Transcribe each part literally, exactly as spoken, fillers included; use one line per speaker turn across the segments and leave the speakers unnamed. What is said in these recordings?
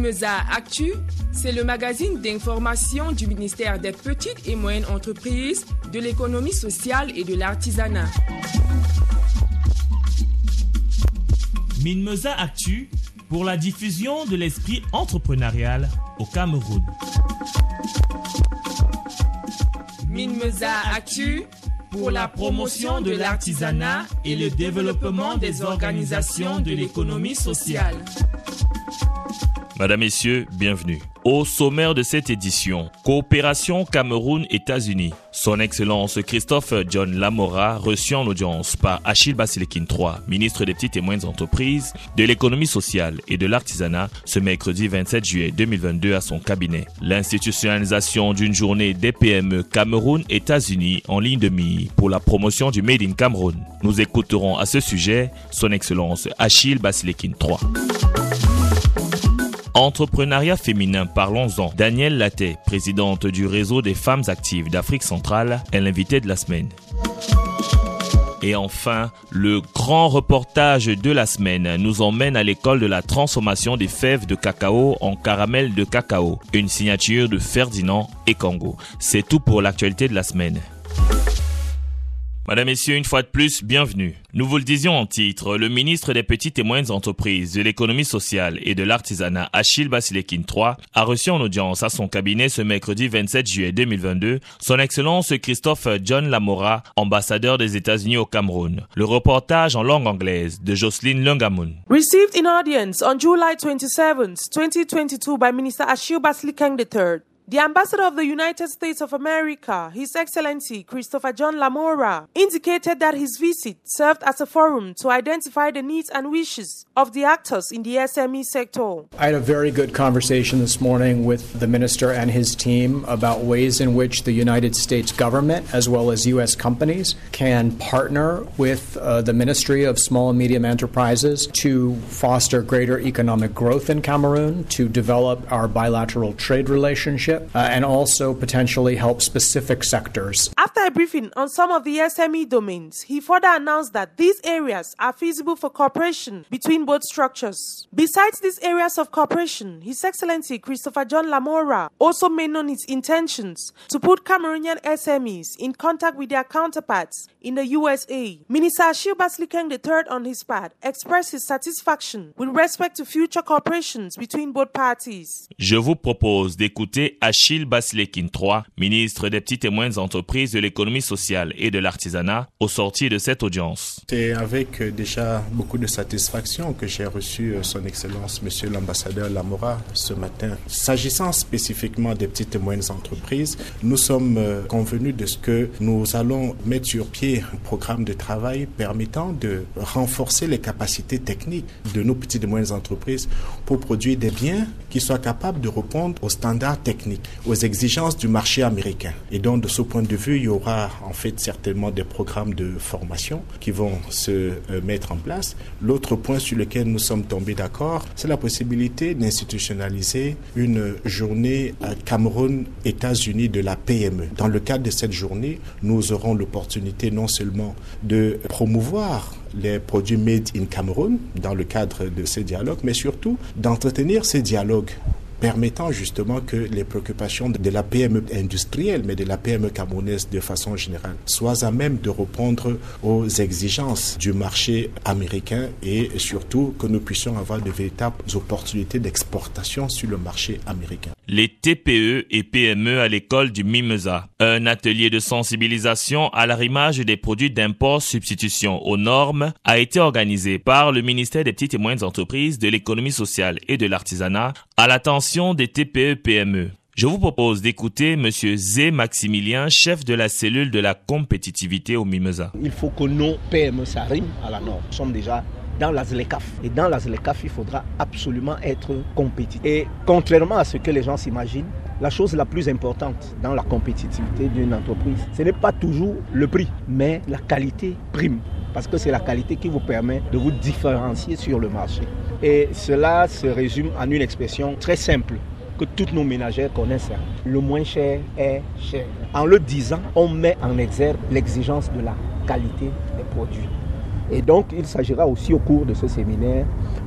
Mimeza Actu, c'est le magazine d'information du ministère des Petites et Moyennes Entreprises, de l'économie sociale et de l'artisanat.
Mimeza Actu pour la diffusion de l'esprit entrepreneurial au Cameroun.
Mimeza Actu pour la promotion de l'artisanat et le développement des organisations de l'économie sociale.
Madame, Messieurs, bienvenue. Au sommaire de cette édition, coopération Cameroun-États-Unis. Son Excellence Christophe John Lamora reçu en audience par Achille Basilekin trois, ministre des Petites et Moyennes Entreprises, de l'économie sociale et de l'artisanat, ce mercredi vingt-sept juillet deux mille vingt-deux à son cabinet. L'institutionnalisation d'une journée des P M E Cameroun-États-Unis en ligne de mire pour la promotion du Made in Cameroun. Nous écouterons à ce sujet Son Excellence Achille Basilekin trois. Entrepreneuriat féminin, parlons-en. Danielle Latte, présidente du réseau des femmes actives d'Afrique centrale, est l'invitée de la semaine. Et enfin, le grand reportage de la semaine nous emmène à l'école de la transformation des fèves de cacao en caramel de cacao. Une signature de Ferdinand Ekango. C'est tout pour l'actualité de la semaine. Madame, Messieurs, une fois de plus, bienvenue. Nous vous le disions en titre, le ministre des Petites et Moyennes Entreprises, de l'économie sociale et de l'artisanat, Achille Basilekin trois, a reçu en audience à son cabinet ce mercredi vingt-sept juillet deux mille vingt-deux son Excellence Christophe John Lamora, ambassadeur des États-Unis au Cameroun. Le reportage en langue anglaise de Jocelyne Lungamoun.
Received in audience on July twenty-seventh, twenty twenty-two by Minister Achille Basilekin the third. The Ambassador of the United States of America, His Excellency Christopher John Lamora, indicated that his visit served as a forum to identify the needs and wishes of the actors in the S M E sector.
I had a very good conversation this morning with the Minister and his team about ways in which the United States government, as well as U S companies, can partner with uh, the Ministry of Small and Medium Enterprises to foster greater economic growth in Cameroon, to develop our bilateral trade relationship, Uh, and also potentially help specific sectors.
After a briefing on some of the S M E domains, he further announced that these areas are feasible for cooperation between both structures. Besides these areas of cooperation, His Excellency Christopher John Lamora also made known his intentions to put Cameroonian S M Es in contact with their counterparts in the U S A. Minister Achille Basilekin the third, on his part, expressed his satisfaction with respect to future cooperations between both parties.
Je vous propose d'écouter Achille Basilekin trois, ministre des Petites et Moyennes Entreprises, de l'économie sociale et de l'artisanat, au sortir de cette audience.
C'est avec euh, déjà beaucoup de satisfaction que j'ai reçu euh, son Excellence Monsieur l'ambassadeur Lamora ce matin. S'agissant spécifiquement des petites et moyennes entreprises, nous sommes euh, convenus de ce que nous allons mettre sur pied un programme de travail permettant de renforcer les capacités techniques de nos petites et moyennes entreprises pour produire des biens qui soient capables de répondre aux standards techniques, aux exigences du marché américain. Et donc, de ce point de vue, il y aura en fait certainement des programmes de formation qui vont se euh, mettre en place. L'autre point sur lequel nous sommes tombés d'accord, c'est la possibilité d'institutionnaliser une journée à Cameroun-États-Unis de la P M E. Dans le cadre de cette journée, nous aurons l'opportunité non seulement de promouvoir les produits made in Cameroun dans le cadre de ces dialogues, mais surtout d'entretenir ces dialogues permettant justement que les préoccupations de la P M E industrielle, mais de la P M E camerounaise de façon générale, soient à même de répondre aux exigences du marché américain et surtout que nous puissions avoir de véritables opportunités d'exportation sur le marché américain.
Les T P E et P M E à l'école du Mimeza. Un atelier de sensibilisation à l'arrimage des produits d'import substitution aux normes a été organisé par le ministère des Petites et Moyennes Entreprises, de l'économie sociale et de l'artisanat à l'attention des T P E P M E. Je vous propose d'écouter M. Zé Maximilien, chef de la cellule de la compétitivité au Mimeza.
Il faut que nos P M E s'arriment à la norme. Nous sommes déjà dans la ZLECAf. Et dans la ZLECAf, il faudra absolument être compétitif. Et contrairement à ce que les gens s'imaginent, la chose la plus importante dans la compétitivité d'une entreprise, ce n'est pas toujours le prix, mais la qualité prime. Parce que c'est la qualité qui vous permet de vous différencier sur le marché. Et cela se résume en une expression très simple que toutes nos ménagères connaissent. Le moins cher est cher. En le disant, on met en exergue l'exigence de la qualité des produits. Et donc, il s'agira aussi au cours de ce séminaire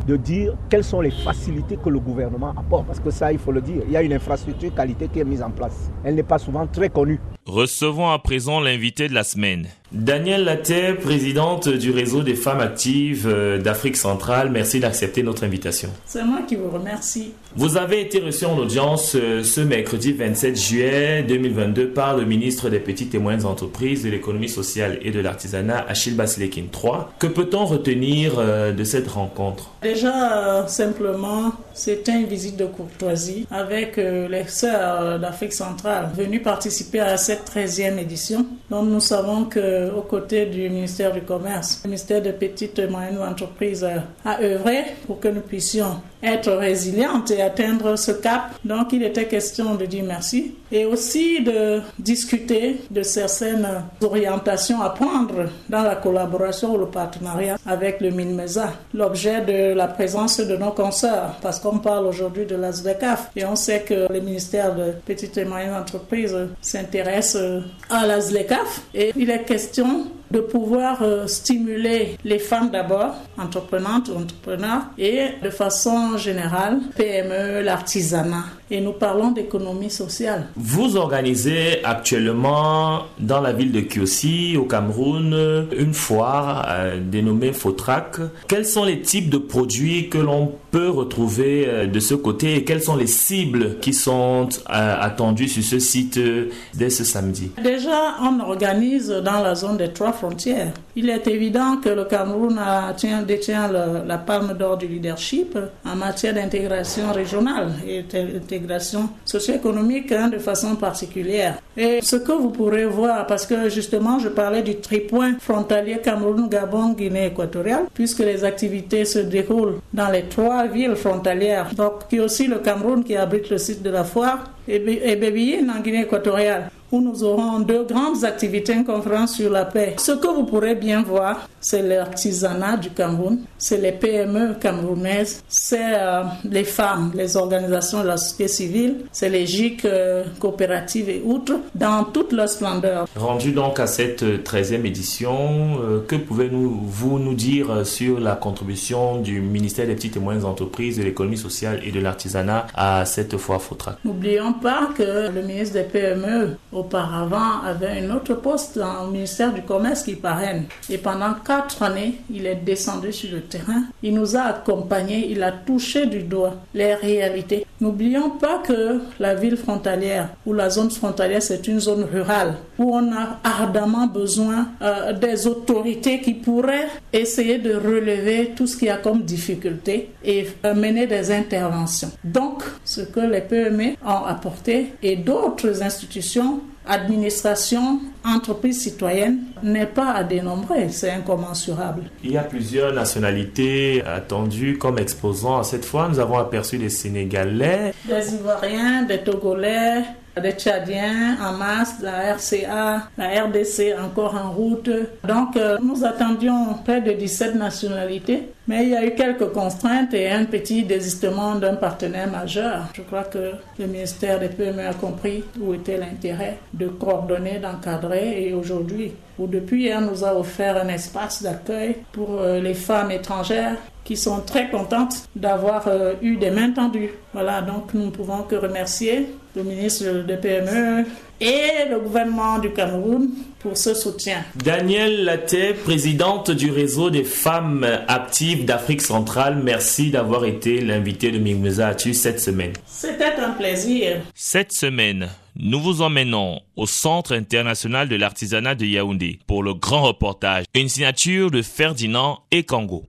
de dire quelles sont les facilités que le gouvernement apporte. Parce que ça, il faut le dire, il y a une infrastructure qualité qui est mise en place. Elle n'est pas souvent très connue.
Recevons à présent l'invité de la semaine. Danielle Latte, présidente du réseau des femmes actives d'Afrique centrale, merci d'accepter notre invitation.
C'est moi qui vous remercie.
Vous avez été reçue en audience ce mercredi vingt-sept juillet deux mille vingt-deux par le ministre des Petites et Moyennes Entreprises, de l'Économie sociale et de l'Artisanat, Achille Basilekin trois. Que peut-on retenir de cette rencontre?
Déjà, euh, simplement, c'était une visite de courtoisie avec euh, les sœurs d'Afrique centrale venues participer à cette treizième édition. Donc nous savons qu'aux côtés du ministère du Commerce, le ministère des Petites et Moyennes Entreprises a œuvré pour que nous puissions être résilientes et atteindre ce cap. Donc il était question de dire merci et aussi de discuter de certaines orientations à prendre dans la collaboration ou le partenariat avec le MINMESA. L'objet de la présence de nos consoeurs, parce qu'on parle aujourd'hui de la ZLECAf et on sait que le ministère de Petites et Moyennes Entreprises s'intéresse à la ZLECAf et il est question de pouvoir euh, stimuler les femmes d'abord, entreprenantes ou entrepreneurs, et de façon générale, P M E, l'artisanat. Et nous parlons d'économie sociale.
Vous organisez actuellement dans la ville de Kiossi, au Cameroun, une foire euh, dénommée Fotrac. Quels sont les types de produits que l'on peut retrouver euh, de ce côté et quelles sont les cibles qui sont euh, attendues sur ce site euh, dès ce samedi?
Déjà, on organise dans la zone des trois frontières. Il est évident que le Cameroun a, tient, détient le, la palme d'or du leadership en matière d'intégration régionale et d'intégration socio-économique hein, de façon particulière. Et ce que vous pourrez voir, parce que justement je parlais du tripoint frontalier Cameroun, Gabon, Guinée équatoriale, puisque les activités se déroulent dans les trois villes frontalières. Donc il y a aussi le Cameroun qui abrite le site de la foire et, et Bébéyine en Guinée équatoriale, où nous aurons deux grandes activités, une conférence sur la paix. Ce que vous pourrez bien voir, c'est l'artisanat du Cameroun, c'est les P M E camerounaises, c'est euh, les femmes, les organisations de la société civile, c'est les G I C euh, coopératives et autres, dans toute leur splendeur.
Rendu donc à cette treizième édition, euh, que pouvez-vous nous dire sur la contribution du ministère des Petites et Moyennes Entreprises, de l'Économie sociale et de l'Artisanat à cette foire Fotrac?
N'oublions pas que le ministre des P M E, auparavant, avait un autre poste dans le ministère du Commerce qui parraine. Et pendant quatre années, il est descendu sur le terrain. Il nous a accompagnés, il a touché du doigt les réalités. N'oublions pas que la ville frontalière ou la zone frontalière, c'est une zone rurale où on a ardemment besoin euh, des autorités qui pourraient essayer de relever tout ce qu'il y a comme difficulté et euh, mener des interventions. Donc, ce que les P M E ont apporté et d'autres institutions, administration, entreprise citoyenne, n'est pas à dénombrer, c'est incommensurable.
Il y a plusieurs nationalités attendues comme exposants à cette fois. Nous avons aperçu des Sénégalais,
des Ivoiriens, des Togolais, des Tchadiens en masse, la R C A, la R D C encore en route. Donc euh, nous attendions près de dix-sept nationalités, mais il y a eu quelques contraintes et un petit désistement d'un partenaire majeur. Je crois que le ministère des P M E a compris où était l'intérêt de coordonner, d'encadrer et aujourd'hui, ou depuis hier, nous a offert un espace d'accueil pour euh, les femmes étrangères qui sont très contentes d'avoir euh, eu des mains tendues. Voilà, donc nous ne pouvons que remercier le ministre des P M E et le gouvernement du Cameroun pour ce soutien.
Danielle Latte, présidente du réseau des femmes actives d'Afrique centrale, merci d'avoir été l'invité de MINMESA Actu cette semaine.
C'était un plaisir.
Cette semaine, nous vous emmenons au Centre international de l'artisanat de Yaoundé pour le grand reportage, une signature de Ferdinand et Congo.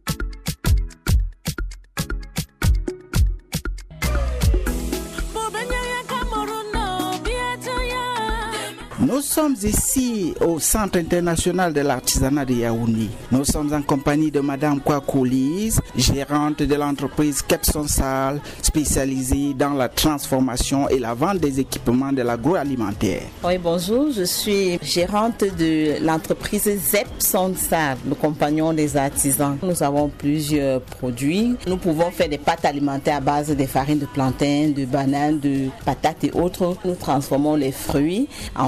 Nous sommes ici au Centre international de l'artisanat de Yaoundé. Nous sommes en compagnie de Madame Kwaku Lise, gérante de l'entreprise Kepson Sal, spécialisée dans la transformation et la vente des équipements de l'agroalimentaire.
Oui, bonjour, je suis gérante de l'entreprise Zepson Sal, le compagnon des artisans. Nous avons plusieurs produits. Nous pouvons faire des pâtes alimentaires à base de farines de plantain, de bananes, de patates et autres. Nous transformons les fruits en vin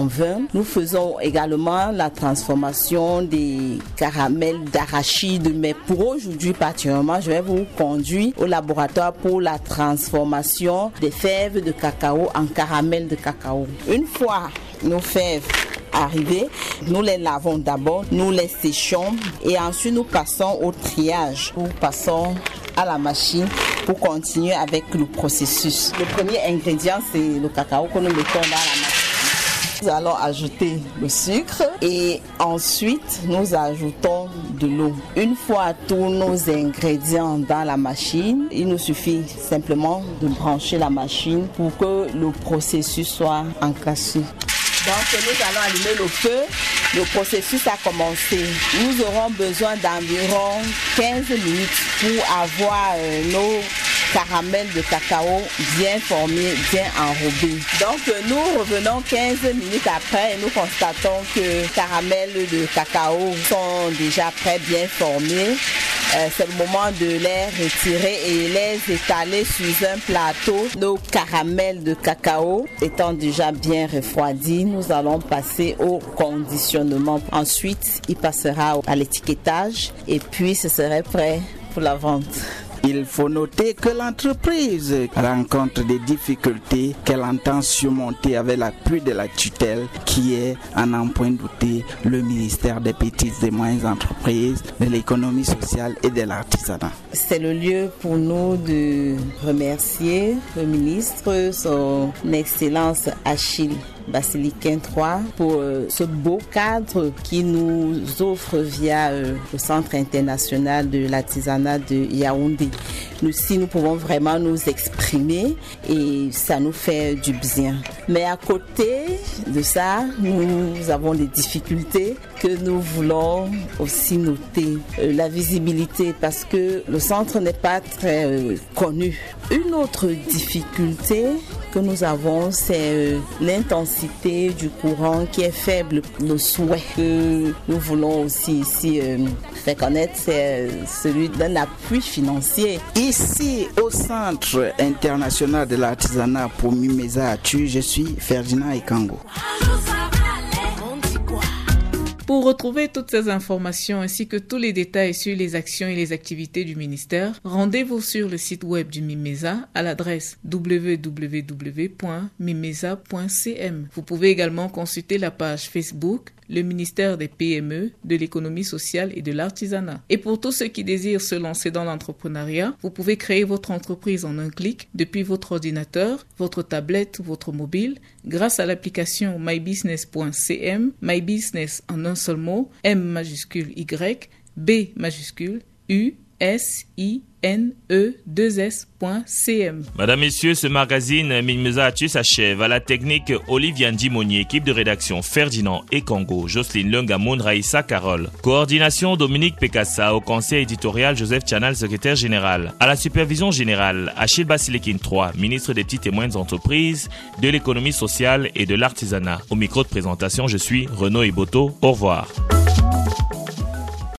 Nous faisons également la transformation des caramels d'arachide. Mais pour aujourd'hui particulièrement, je vais vous conduire au laboratoire pour la transformation des fèves de cacao en caramel de cacao. Une fois nos fèves arrivées, nous les lavons d'abord, nous les séchons et ensuite nous passons au triage. Nous passons à la machine pour continuer avec le processus. Le premier ingrédient, c'est le cacao que nous mettons dans la machine. Nous allons ajouter le sucre et ensuite nous ajoutons de l'eau. Une fois tous nos ingrédients dans la machine, il nous suffit simplement de brancher la machine pour que le processus soit enclenché. Donc nous allons allumer le feu. Le processus a commencé. Nous aurons besoin d'environ quinze minutes pour avoir euh, nos caramels de cacao bien formés, bien enrobés. Donc nous revenons quinze minutes après et nous constatons que les caramels de cacao sont déjà prêts, bien formés. Euh, c'est le moment de les retirer et les étaler sur un plateau. Nos caramels de cacao étant déjà bien refroidis, nous allons passer au conditionnement. Ensuite, il passera à l'étiquetage et puis ce serait prêt pour la vente.
Il faut noter que l'entreprise rencontre des difficultés qu'elle entend surmonter avec l'appui de la tutelle qui est, à n'en point douter, le ministère des petites et moyennes entreprises, de l'économie sociale et de l'artisanat.
C'est le lieu pour nous de remercier le ministre, son Excellence Achille Basiliquin trois, pour euh, ce beau cadre qui nous offre via euh, le Centre international de l'artisanat de Yaoundé. Nous, si nous pouvons vraiment nous exprimer et ça nous fait du bien. Mais à côté de ça, nous avons des difficultés que nous voulons aussi noter. Euh, la visibilité, parce que le centre n'est pas très euh, connu. Une autre difficulté que nous avons, c'est euh, l'intensité du courant qui est faible. Le souhait que nous voulons aussi ici euh, faire connaître, c'est celui d'un appui financier.
Ici, au Centre international de l'artisanat pour Mimeza Atu, je suis Ferdinand Ekango.
Pour retrouver toutes ces informations ainsi que tous les détails sur les actions et les activités du ministère, rendez-vous sur le site web du Mimeza à l'adresse w w w point mimeza point c m. Vous pouvez également consulter la page Facebook le ministère des P M E, de l'économie sociale et de l'artisanat. Et pour tous ceux qui désirent se lancer dans l'entrepreneuriat, vous pouvez créer votre entreprise en un clic depuis votre ordinateur, votre tablette ou votre mobile grâce à l'application my business point c m, MyBusiness en un seul mot, M majuscule Y, B majuscule, U, S, I, N, E, deux S point C M.
Madame, Messieurs, ce magazine Mimeza Atu s'achève. À la technique, Olivier Ndimoni, équipe de rédaction Ferdinand Ekango, Jocelyne Lungamoun, Raïssa Carole. Coordination Dominique Pekassa, au conseil éditorial Joseph Chanal, secrétaire général. À la supervision générale, Achille Basiliquin trois, ministre des petites et moyennes entreprises, de l'économie sociale et de l'artisanat. Au micro de présentation, je suis Renaud Iboto. Au revoir.